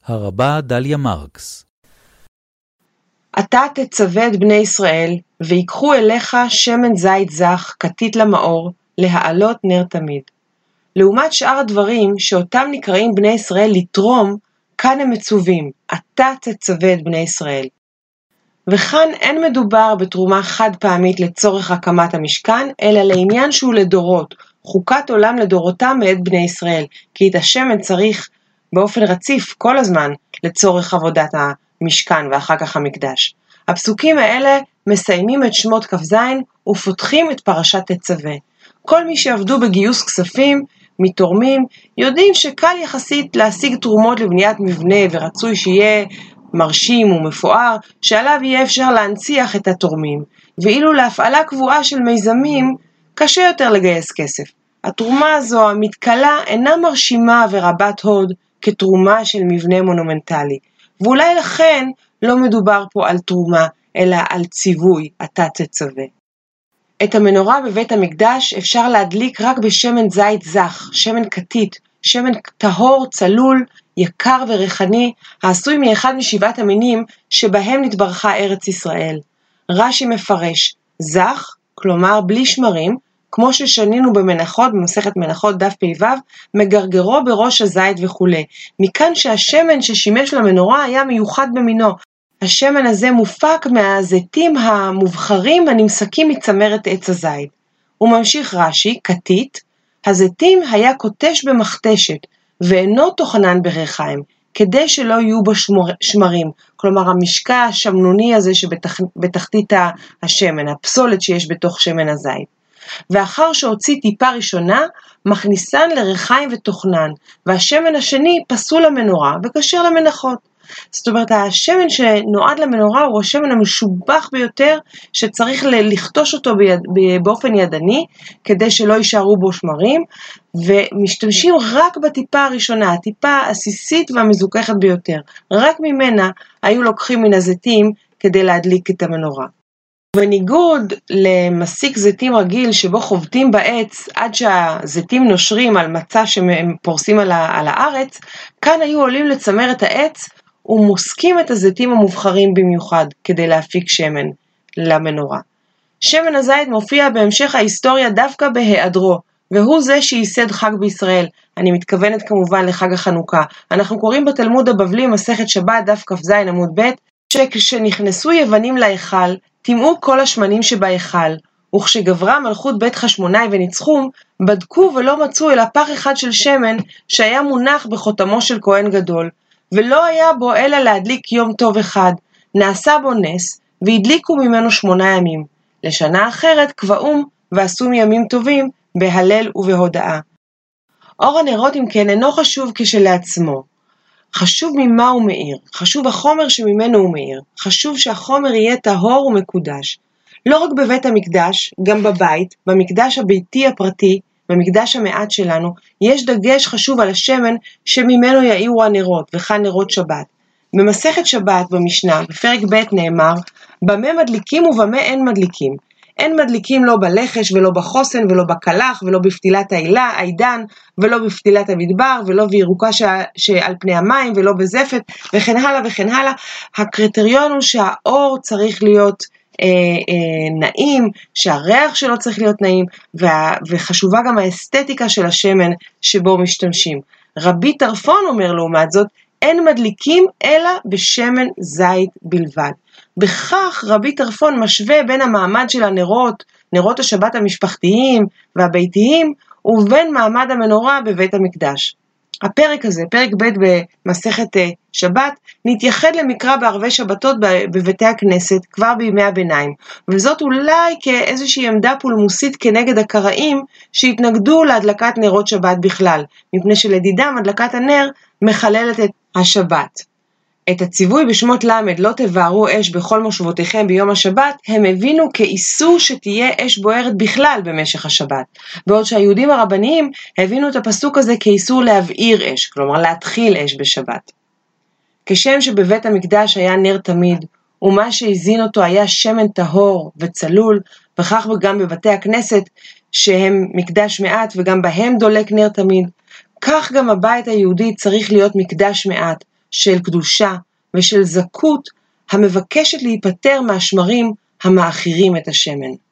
הרבה דליה מרקס. אתה תצווה את בני ישראל, ויקחו אליך שמן זית זך, כתית למאור, להעלות נר תמיד. לעומת שאר הדברים שאותם נקראים בני ישראל לתרום, כאן הם מצווים, אתה תצווה את בני ישראל. וכאן אין מדובר בתרומה חד פעמית לצורך הקמת המשכן, אלא לעניין שהוא לדורות, חוקת עולם לדורותם מאת בני ישראל, כי את השמן צריך באופן רציף כל הזמן לצורך עבודת המשכן ואחר כך המקדש. הפסוקים האלה מסיימים את שמות כ"ז ופותחים את פרשת תצווה. כל מי שעבדו בגיוס כספים מתורמים יודעים שקל יחסית להשיג תרומות לבניית מבנה ורצוי שיהיה מרשים ומפואר שעליו יהיה אפשר להנציח את התורמים, ואילו להפעלה קבועה של מיזמים קשה יותר לגייס כסף. התרומה הזו המתקלה אינה מרשימה ורבת הוד כתרומה של מבנה מונומנטלי, ואולי לכן לא מדובר פה על תרומה אלא על ציווי, אתה תצווה. את המנורה בבית המקדש אפשר להדליק רק בשמן זית זך, שמן כתית, שמן טהור, צלול, יקר וריחני, העשוי מאחד משבעת המינים שבהם נתברכה ארץ ישראל. רש"י מפרש, זך, כלומר בלי שמרים, כמו ששנינו במנחות, במסכת מנחות דף פ"ו, מגרגרו בראש הזית וכו'. מכאן שהשמן ששימש למנורה היה מיוחד במינו. השמן הזה מופק מהזיתים המובחרים הנמסקים מצמרת עץ הזית. הוא ממשיך רש"י, כתית, הזיתים היה קוטש במכתשת, ואינו תוכנן בריחיים, כדי שלא יהיו בו שמרים, כלומר המשקע השמנוני הזה שבתחתית השמן, הפסולת שיש בתוך שמן הזית. ואחר שהוציא טיפה ראשונה, מכניסן לריחיים ותוכנן, והשמן השני פסול למנורה וקשר למנחות. זאת אומרת, השמן שנועד למנורה הוא השמן המשובח ביותר, שצריך לכתוש אותו באופן ידני, כדי שלא יישארו בו שמרים, ומשתמשים רק בטיפה הראשונה, הטיפה העסיסית והמזוכחת ביותר. רק ממנה היו לוקחים מן הזיתים כדי להדליק את המנורה. בניגוד למסיק זיתים רגיל שבו חובטים בעץ עד שהזיתים נושרים על מצע שהם פורסים על הארץ, כאן היו עולים לצמר את העץ ומוסקים את הזיתים המובחרים במיוחד כדי להפיק שמן למנורה. שמן הזית מופיע בהמשך ההיסטוריה דווקא בהיעדרו, והוא זה שייסד חג בישראל. אני מתכוונת כמובן לחג החנוכה. אנחנו קוראים בתלמוד הבבלי מסכת שבת דף כ"ז עמוד ב', שכשנכנסו יוונים להיכל, טימאו כל השמנים שבהיכל, וכשגברה מלכות בית חשמונאי וניצחום, בדקו ולא מצאו אלא פח אחד של שמן שהיה מונח בחותמו של כהן גדול, ולא היה בו אלא להדליק יום טוב אחד. נעשה בו נס, והדליקו ממנו 8 ימים. לשנה אחרת קבעום ועשו ימים טובים בהלל ובהודאה. אור הנרות אם כן אינו חשוב כשלעצמו. חשוב ממה הוא מאיר, חשוב החומר שממנו הוא מאיר, חשוב שהחומר יהיה טהור ומקודש. לא רק בבית המקדש, גם בבית, במקדש הביתי הפרטי, במקדש המעט שלנו, יש דגש חשוב על השמן שממנו יאירו הנרות, וכאן נרות שבת. במסכת שבת במשנה, בפרק ב' נאמר, במה מדליקים ובמה אין מדליקים. אין מדליקים לא בלחש ולא בחוסן ולא בקלח ולא בפתילת העידן ולא בפתילת המדבר ולא בירוקה שעל פני המים ולא בזפת וכן הלאה וכן הלאה. הקריטריון הוא שהאור צריך להיות נעים, שהריח שלו צריך להיות נעים, וחשובה גם האסתטיקה של השמן שבו משתמשים. רבי טרפון אומר לעומת זאת, אין מדליקים אלא בשמן זית בלבד. בכך רבי טרפון משווה בין המעמד של הנרות, נרות השבת המשפחתיים והביתיים, ובין מעמד המנורה בבית המקדש. הפרק הזה, פרק ב' במסכת שבת, נתייחד למקרא בערבי שבתות בבתי הכנסת כבר בימי הביניים, וזאת אולי כאיזושהי עמדה פולמוסית כנגד הקראים שהתנגדו להדלקת נרות שבת בכלל, מפני שלדידם הדלקת הנר מחללת את השבת. את הציווי בשמות למד לא תבערו אש בכל מושבותיכם ביום השבת, הם הבינו כאיסור שתהיה אש בוערת בכלל במשך השבת. בעוד שהיהודים הרבניים הבינו את הפסוק הזה כאיסור להבעיר אש, כלומר להתחיל אש בשבת. כשם שבבית המקדש היה נר תמיד, ומה שהזין אותו היה שמן טהור וצלול, וכך גם בבתי הכנסת שהם מקדש מעט וגם בהם דולק נר תמיד, כך גם הבית היהודי צריך להיות מקדש מעט, של קדושה ושל זכות המבקשת להיפטר מהשמרים המאחירים את השמן.